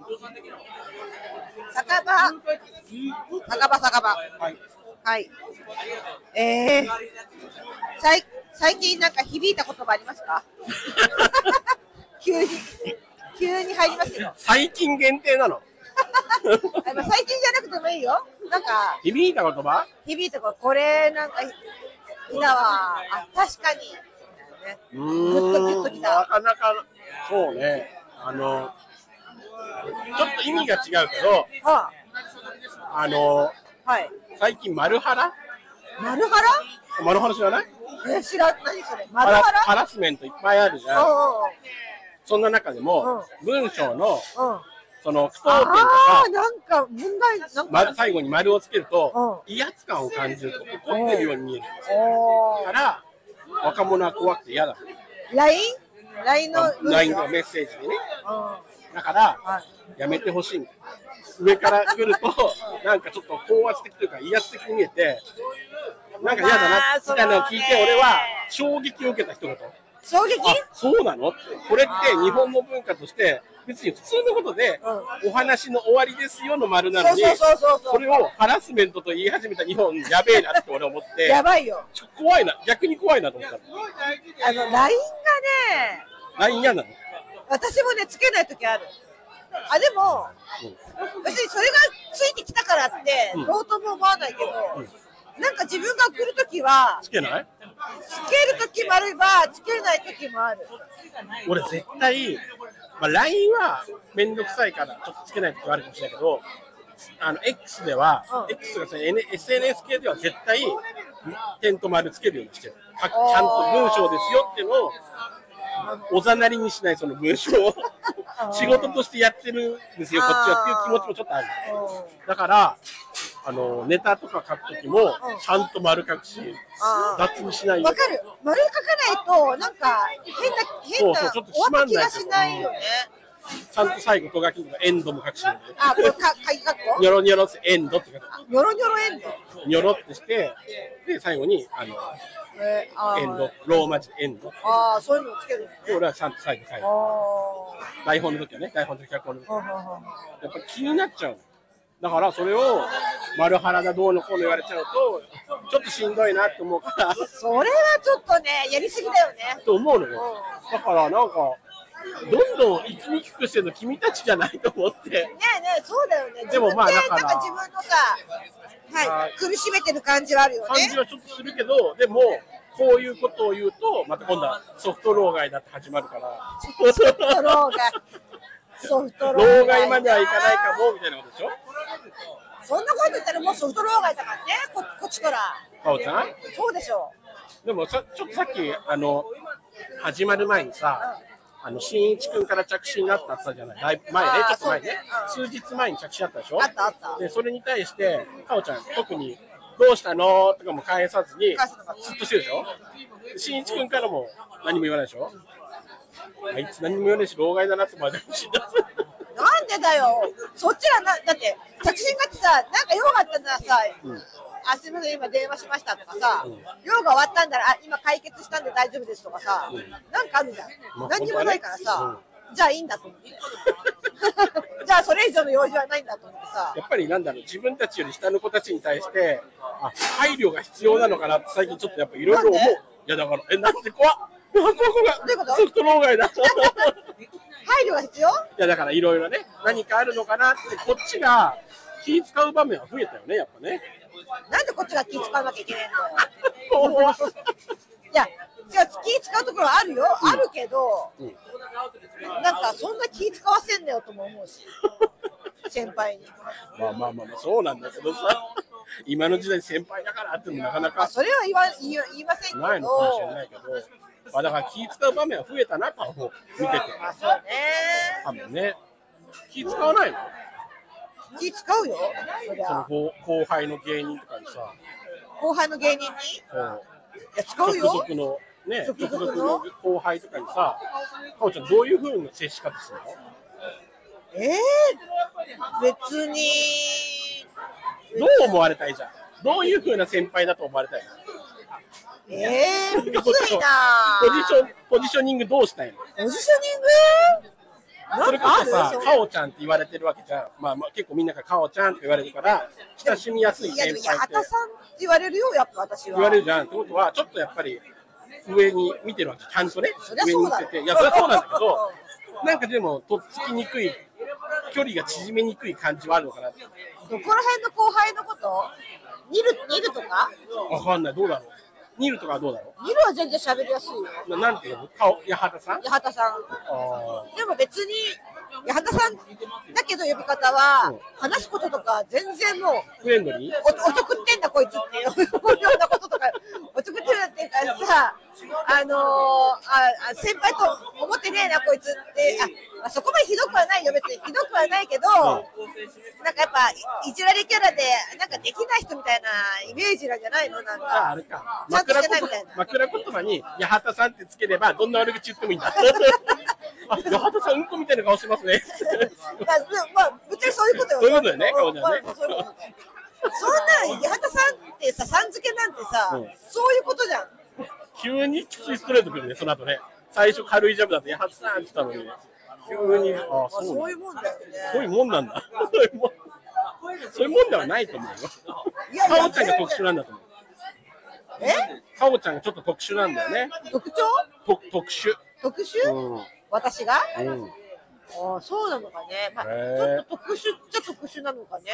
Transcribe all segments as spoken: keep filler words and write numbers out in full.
酒場酒場酒場はい、はい、えー、最最近なんか響いた言葉ありますか？急に急に入りますけど。 最近限定なの？ 最近じゃなくてもいいよ。なんか響いた言葉？ 響いた言葉、これなんかきたわ。あ、確かに。ね、 うーん、 グッとグッときた。 なかなかそうね。あのちょっと意味が違うけど、はあ、あの、はい、最近マルハラ？ マルハラ？ マルハラ知らない？ え、知らない。何それ？マルハラ？ ハラスメントいっぱいあるじゃん。おうおう、そんな中でも、うん、文章の、うん、その句読点とか、 あ、なんか問題なんか、 ま、最後に丸をつけると、うん、威圧感を感じると怒ってるように見えるから若者は怖くて嫌だ。 ライン？ ライン のライン のメッセージでね、うん、だから、はい、やめてほしいんだ。上から来るとなんかちょっと高圧的というか威圧的に見えてなんか嫌だなみたいなのを聞いて、俺は衝撃を受けた一言。 衝撃？ あ、そうなのって。これって日本の文化として別に普通のことで、うん、お話の終わりですよの丸なのに、それをハラスメントと言い始めた日本やべえなって俺思ってやばいよ。 怖いな、逆に怖いなと思った。 あの ライン がね、 ライン 嫌なの？ 私もねつけないときある。あ、でも、うん、別にそれがついてきたからってどうとも思わないけど、うん、なんか自分が来るときはつけない？ つけるときもあればつけないときもある。 俺絶対、まあ、ライン はめんどくさいからちょっとつけないときはあるかもしれないけど、あの X では、うん、X が エスエヌエス 系では絶対点と丸つけるようにしてる。ちゃんと文章ですよっていうのをおざなりにしない、その文章を仕事としてやってるんですよこっちはっていう気持ちもちょっとある。だからあのネタとか書くときもちゃんと丸書くし、雑にしないよ。 わかる。丸書かないとなんか変な変な終わった気がしないよね。 ちゃんと最後とがきとかエンドも書くし、ね、 あ、これか鍵書くの？ ニョロニョロってエンドって書く。 ニョロニョロエンド。 ニョロってしてで最後にあの、えー、エンドローマ字でエンド。 ああ、そういうのをつける、ね。 で俺はちゃんと最後最後。台本の時はね、台本の時はこの時。やっぱ気になっちゃう。だからそれを丸原がどうのこうの言われちゃうとちょっとしんどいなって思うから。 それはちょっとねやりすぎだよね。 と思うのよ。だからなんかどんどん生きにくくしてるの君たちじゃないと思って。ねえねえ、そうだよね。 でもまあだからなんか自分のさ、はい、苦しめてる感じはあるよね。 感じはちょっとするけど、でもこういうことを言うとまた今度はソフト老害だって始まるから。 ソフト老害。ソフト老害まではいかないかもみたいなことでしょ。 そんなこと言ったらもうソフト老害だからね、こ, こっちから。 かおちゃん？ そうでしょう。でもさちょっとさっきあの始まる前にさ。うんあの新一君から着信があったって言ったじゃない。だいぶ前ね、ちょっと前ね、数日前に着信あったでしょ。 あったあった。 でそれに対してかおちゃん特にどうしたのとかも返さずにずっとしてるでしょ。新一君からも何も言わないでしょ。あいつ何も言わないし老害だなって思われてほしいんだ。 なんでだよ。そっちらなだって着信があってさ、なんか用があったんならさ。うんあ、すみません、今電話しましたとかさ、うん、用が終わったんだら、あ、今解決したんで大丈夫ですとかさ、うん、なんかあるじゃん。まあ、何にもないからさ、うん、じゃあいいんだと思って。じゃあそれ以上の用事はないんだと思ってさ。 やっぱりなんだろう、自分たちより下の子たちに対して、あ、配慮が必要なのかなって最近ちょっとやっぱいろいろ思う。いやだから、え、なんで怖っ。怖っ怖っ。ソフト老害だ。 配慮が必要？いやだからいろいろね、何かあるのかなってこっちが気使う場面は増えたよね、やっぱね。 なんでこっちが気使わなきゃいけないんだよ。いや、じゃあ気使うところあるよ、うん、あるけど、うん、なんかそんな気使わせんだよとも思うし、先輩に。 まあまあまあまあそうなんだけどさ、今の時代先輩だからってもなかなか。 あ、それは言わ言い言いませんけど。 ないのかもしれないけど、まあだから気使う場面は増えたなと思う、見てて。 あ、そうね。 多分ね、気使わないの？ 気使うよ。 その後後輩の芸人とかにさ。 後輩の芸人に？そう。いや使うよ。 直属のね、直属の後輩とかにさ、かおちゃんどういう風な接し方するの？ えー、別に。 どう思われたいじゃん。どういう風な先輩だと思われたいの？ えー、むずいな。 ポジションポジショニングどうしたいの？ ポジショニング？ それこそさ、かおちゃんって言われてるわけじゃん。まあ、まあ、結構みんながかおちゃんって言われるから、親しみやすいいや、 先でも八輩って幡さんって言われるよ、やっぱ私は。 言われるじゃん。ってことは、ちょっとやっぱり上に見てるわけ、ちゃんとね。 そりゃ上そうだよに見てて。いや、そりゃそうなんだけど、なんかでも、とっつきにくい、距離が縮めにくい感じはあるのかなって。 どこら辺の後輩のことニル、ニルとかわかんない、どうだろう。ニルとかはどうだろニルは全然喋りやすいよ。 う。ななんていうの顔、八幡さん八幡さん。 あでも別に、八幡さんだけど呼び方は、話すこととか全然もう、 フレンドリーおおちょくってんだこいつっていうようなこととか、おちょくってんだっていうかさ、あのー、あ先輩と思ってねえなこいつって、あ、まあ、そこまでひどくはないよ別にひどくはないけど、なんかやっぱいじられキャラでなんかできない人みたいなイメージなんじゃないのなんあか。 あれかちゃんと枕してないみたいな。 枕言葉に八幡さんってつければどんな悪口言ってもいいんだあ、八幡さんうんこみたいな顔してますねまあ、でもまあ、ぶっちゃけそういうことよ。 そういうことよね顔じゃねまあそういうことねそんな、八幡さんってさ、さん付けなんてさ、 うんそういうことじゃん。 急にきついストレートくるねその後ね最初軽いジャブだと八幡さんって言ったのに急にああまあ、 そうそうなんだいうもんだよね。 そういうもんなんだそういうもんそういうもんではないと思うよいやいやかおちゃんが特殊なんだと思うえかおちゃんがちょっと特殊なんだよね特徴と特殊特殊、 うん私がうんああ、そうなのかね。まあ、ちへーょっと特殊っちゃ特殊なのかね。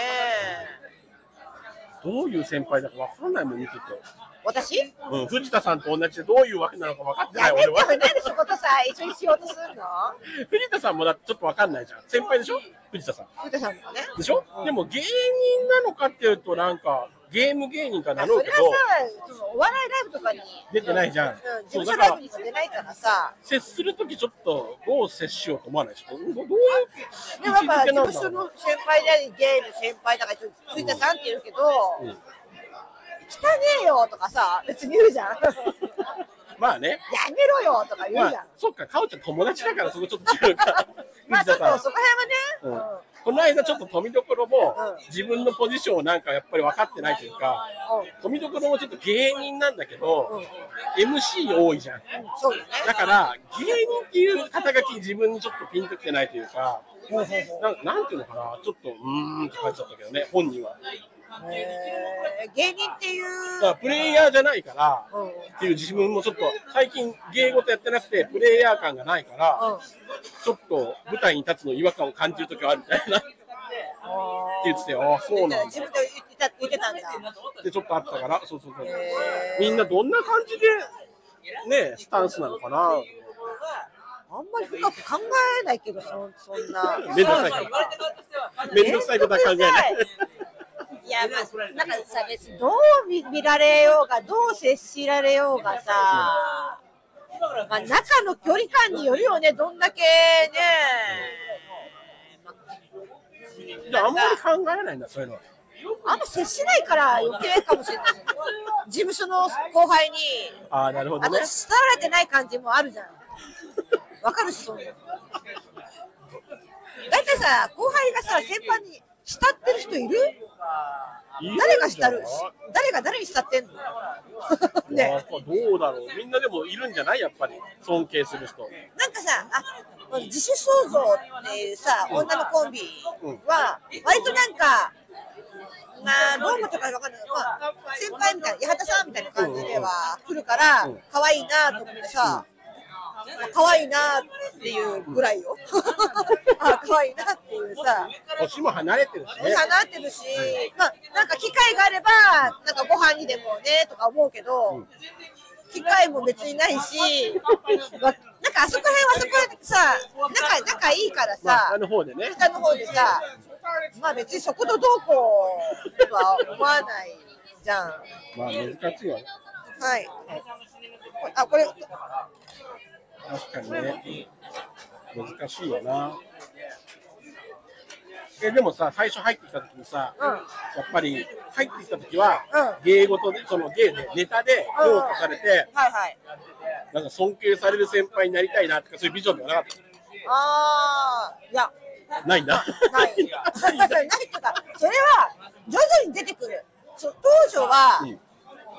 どういう先輩だかわかんないもん見てて私やうん、藤田さんと同じでどういうわけなのか分かってないめてよ、 俺はなんで仕事さ、一緒にしようとするの藤田さんもだってちょっと分かんないじゃん先輩でしょ藤田さん藤田さんとかね。 でしょ、でも芸人なのかっていうとなんかゲーム芸人か名乗るけどそれはさ、そのお笑いライブとかに、 出てないじゃん、 うん、事そうだから務所ライブにしか出ないからさ、 接するときちょっとどう接しようと思わないでしょどういうでもやっぱ事務所の先輩であり、芸の先輩だから、藤田さんって言うけど、 うん、 汚ねえよとかさ、別に言うじゃん。やまあねめろよとか言うじゃん。 まあ、そっか、かおちゃん友達だからそこちょっと違うかまあちょっとそこうんら辺はね、 この間ちょっと富所もうん自分のポジションをなんかやっぱり分かってないというか、 うん富所もちょっと芸人なんだけど、 うんエムシー 多いじゃん。 そうだね。 だから芸人っていう肩書き自分にちょっとピンときてないというか、ななんていうのかな、ちょっとうーんって感じだったけどね、本人は。 えー芸人っていうだからプレイヤーじゃないからうんっていう自分もちょっと最近芸事やってなくてプレイヤー感がないから、 うんちょっと舞台に立つの違和感を感じるときはあるみたいなって言ってて、ああそうなんだ自分で言ってた言ってたんだ。 ってちょっとあったから、そうそうそう。 へーみんなどんな感じでねスタンスなのかな。 あんまり深く考えないけど、そそんな。 めんどくさいから。めんどくさいことは考えない。 いや、まあ、なんかさ、別にどう見見られようが、どう接しられようがさ、まあ、中の距離感によるよね、どんだけね。 じゃああんまり考えないんだそういうのは。 あんま接しないから余計かもしれない。事務所の後輩に、 ああなるほあの、 どね。 慕われてない感じもあるじゃん。わかるし、そういうの。だいたいさ、後輩がさ、先輩に慕ってる人いる？誰が慕る？誰が誰に慕ってんの？ね。 ね、どうだろう。みんなでもいるんじゃないやっぱり尊敬する人。 なんかさ、あ、自主創造っていうさ、女のコンビは、割となんか、まあ、ロームとかわかんないけど、まあ、先輩みたいな、八幡さんみたいな感じでは来るから、可愛いなと思ってさ、可愛いなっていうぐらいよ。あ、可愛いなっていうさ、 年も離れてるしね。 離れてるし、まあ、なんか機会があれば、なんかご飯にでもねとか思うけど、機会も別にないし、まあなんかあそこら辺はそこでさ、仲仲いいからまあ、 さ下、の方でね。 下の方でさ、まあ別にそことどうこうとは思わないじゃん。 まあ難しいよね。 はい。あ、これ、 確かにね。難しいよな。えでもさ、最初入ってきた時にさ、 うんやっぱり入ってきた時は、 うん芸事で、その芸で、ネタで評価されて、 はいはい。 なんか尊敬される先輩になりたいなとか、そういうビジョンではなかっあー、いや、 た。ないんだ。 ない。ないっていうか、それは徐々に出てくる。そう当初は、 うん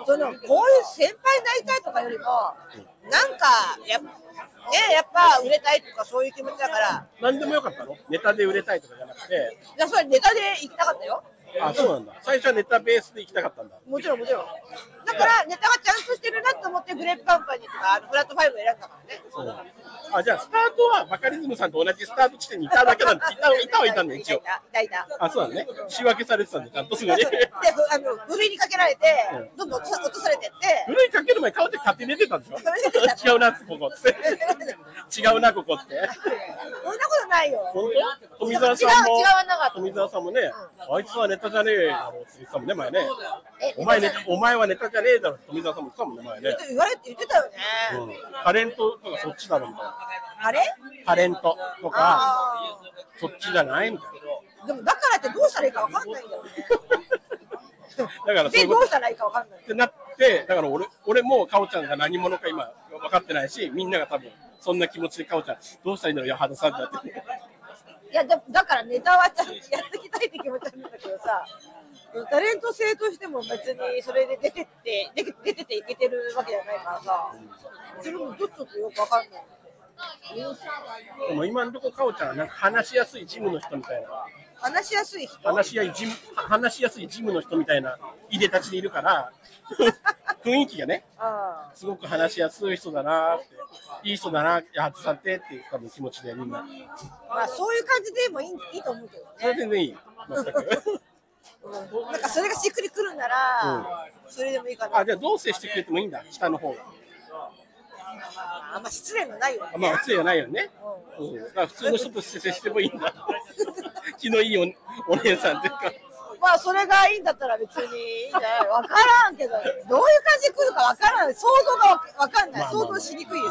そのこういう先輩になりたいとかよりも、なんかやっぱね、やっぱ売れたいとかそういう気持ちだから。 何でもよかったの？ネタで売れたいとかじゃなくて。 いや、それネタで行きたかったよ。 あ、そうなんだ。最初はネタベースで行きたかったんだ。 もちろんもちろん。だからネタがちゃんとしてるなと思ってグレープカンパニーとかあのフラットファイブを選んだからね。 あ、じゃあスタートはバカリズムさんと同じスタート地点にいただけなんだ。いたいたはいたんだ一応。 いたいた。 あ、そうだね。仕分けされてたんでちゃんとすぐに。で、 あのふるいにかけられて、どんどん落とされてって。 ふるいかける前顔で勝手に出てたんでしょ。違うなここって。違うなここって。 そんなことないよ。 本当？富澤さんも。 違う違わなかった。 富澤さんもね、あいつはネタじゃねえだろって言ってたもんね前ね。お前ね、お前はネタじゃねえだろって富澤さんも言ってたもんね前ね。 言われて言ってたよね。 タレントとかそっちだろみたいな。 あれ？ タレントとかそっちじゃないみたいな。でもだからってどうしたらいいかわかんないんだよね。 だからでどうしたらいいかわかんない。 ってなってだから俺俺もかおちゃんが何者か今分かってないしみんなが多分そんな気持ちでかおちゃんどうしたらいいんだろう矢幡さんだって。 いやでもだからネタはちゃんとやっていきたいって気持ちなんだけどさ。タレント性としても別にそれで出てって出て出てていけてるわけじゃないからさ、自分もちょっとよくわかんない。 でも今のところかおちゃんはなんか話しやすいジムの人みたいな。 話しやすい人。 話しやジム話しやすいジムの人みたいないでたちでいるから雰囲気がね、すごく話しやすい人だなって、いい人だな矢幡さんってっていう多分気持ちでみんな。 まあそういう感じでもいいいいと思うけどね。 それ全然いい。全く。 なんかそれがしっくりくるなら、うん、それでもいいかな。 あ、じゃあどう接してくれてもいいんだ、下の方が。 あんま失礼のないよね。 まあ失礼がないよね。うんうん、だから普通の人として接してもいいんだ。気のいい お, お姉さんっていうか。 まあそれがいいんだったら別にいいんじゃない。わからんけど、どういう感じで来るかわからない。想像がわかんない。想像しにくいです。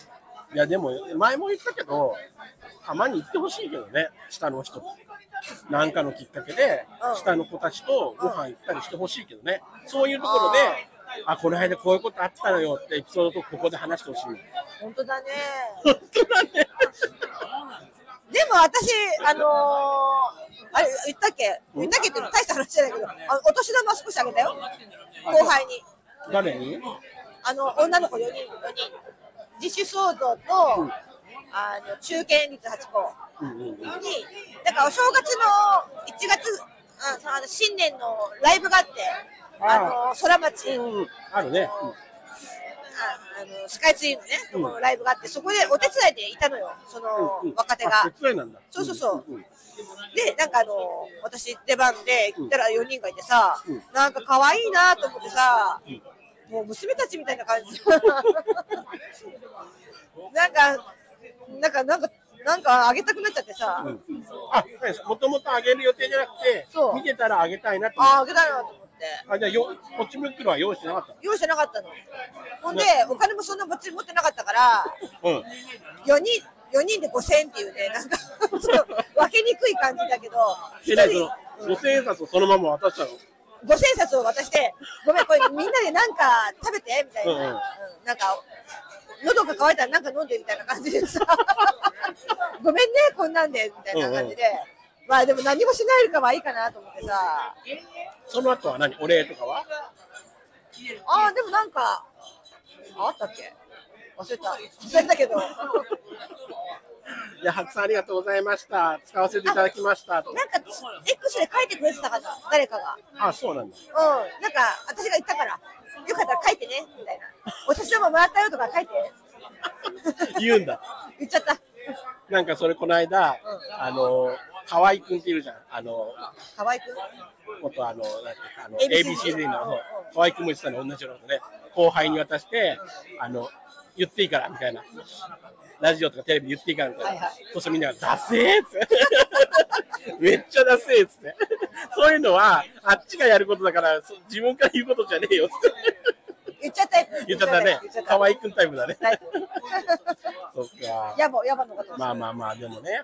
いやでも前も言ったけど、たまに行ってほしいけどね、下の人と。なんかのきっかけで、うん、下の子たちとご飯行ったりしてほしいけどね、そういうところで、あ, あこの間こういうことあったのよってエピソードとここで話してほしい。 本当だね。 本当だね。 でも私、あのー、あれ言ったっけ言ったっけって大した話じゃないけど、あお年玉少しあげたよ、後輩に。 誰に？ あの女の子よにん、よにん。自主創造と、うん、あの中堅率はちこに、だからお正月のいちがつ、あその新年のライブがあって、あの空町、 うん、あるね、うん、ああのスカイツリーのね、うん、このライブがあって、そこでお手伝いでいたのよ、その、うん、若手が。 手伝いなんだ。 そうそうそう。うんうん、で、なんかあの私出番で行ったらよにんがいてさ、うん、なんか可愛いなと思ってさ、うん、もう娘たちみたいな感じ。なんかなんかなんかなんかあげたくなっちゃってさ。うん、 あ、もともとあげる予定じゃなくて、見てたらあげたいなって。 あ、あげたいなと思って。 あ、じゃあよこっち袋は用意してなかった。 用意してなかったの。ほんでお金もそんな持ち持ってなかったから、うん、よにんよにんでごせんえんっていうね、なんか分けにくい感じだけど。 えらい、そのごせんえん札をそのまま渡したの。 ごせんえん札を渡して、ごめんこれみんなでなんか食べてみたいな、うんうん、なんか。喉が渇いたらなんか飲んでみたいな感じでさごめんねこんなんでみたいな感じで、うんうん、まあでも何もしないよりかはいいかなと思ってさ。 その後は何？お礼とかは？ ああでもなんかあったっけ忘れた忘れたけどいや、はつさんありがとうございました。使わせていただきました。なんか X で書いてくれてたかな、誰かが。 あ、そうなんだ。 うん、なんか私が言ったから、よかったら書いてねみたいな。お年玉もらったよとか書いて。 言うんだ。 言っちゃった。 なんかそれこの間、うん、あの河合くんっているじゃん。あの河合くん。 元あのあの エービーシーディー の河合くんも言ってたの同じようなことで、後輩に渡して、あの言っていいからみたいな。ラジオとかテレビ言っていいからみたいな、はいはい、そうするとみんながダセーっつってめっちゃダセーっつってそういうのはあっちがやることだから自分から言うことじゃねえよっつって言っちゃった言っちゃったね。河合くんタイプだね。そっか。 やぼやぼのこと。 まあまあまあでもね。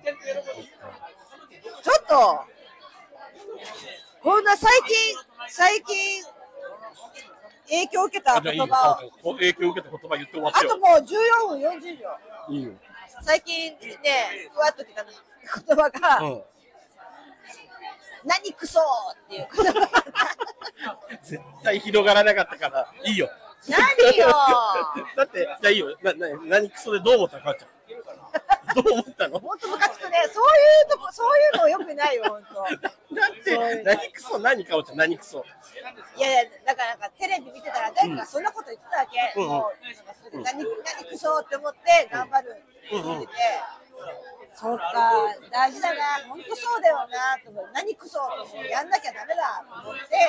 ちょっとこんな最近最近影響を受けた言葉を影響を受けた言葉言って終わってよ。 あともうじゅうよんぷんよんじゅうびょう。いいよ。最近ねふわっときた言葉が、うん、 何クソっていう言葉が絶対広がらなかったからいいよ。 何よだってじゃあいいよ。なな何クソでどう思ったかちゃん。どう思ったの？ 本当ムカつくね。そういうとこ、そういうのよくないよ、本当。 だって何クソ何かおちゃん何クソ。 いやいや、だからなんかテレビ見てたら誰かがそんなこと言ってたわけ。 うんもう何何クソって思って頑張るって言ってて、そうか大事だな、本当そうだよなと思って、何クソってやんなきゃダメだと思って。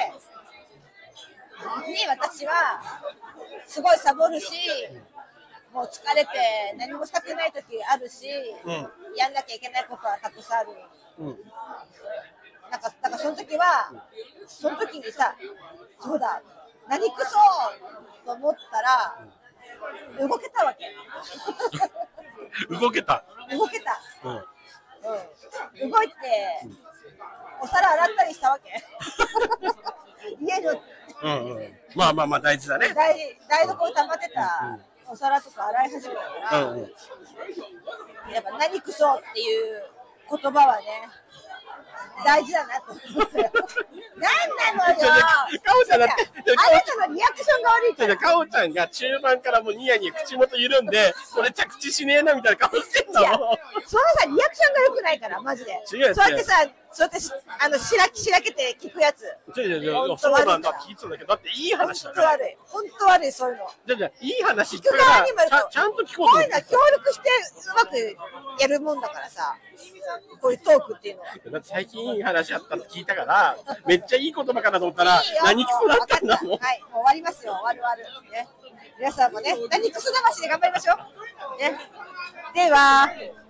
に私はすごいサボるし、もう疲れて何もしたくない時あるし、うん、やんなきゃいけないことはたくさんある、うん、なんかだからその時は、その時にさ、そうだ何クソと思ったら動けたわけ動けた動けた、 うんうん、動いて、うん、お皿洗ったりしたわけ家のうんうん、まあまあまあ大事だね。 台台所溜まってたお皿とか洗い始めたから、うんうん、やっぱ何クソっていう言葉はね大事だなと思って何なのよ。 かおちゃんだってあなたのリアクションが悪いから。 かおちゃんが中盤からもうニヤニヤ口元緩んでこれ着地しねえなみたいな顔してんだもん。そのさリアクションが良くないからマジで。違う違う、そうやってさ、そうやってあのしらしらけて聞くやつ。 違う違う、そうなんだ聞いてたんだけど、だっていい話だから。 本当悪い、本当悪いそういうの。 じゃじゃいい話聞くからちゃんと聞こうと思って。 こういうのは協力してうまくやるもんだからさ。こういうトークっていうのは。 だって最近いい話あったって聞いたから、めっちゃいい言葉かなと思ったら、いい何クソだったんだもん。 はい、もう終わりますよ、終わる終わる。ね、皆さんもね、何クソ魂で頑張りましょう。ね、では。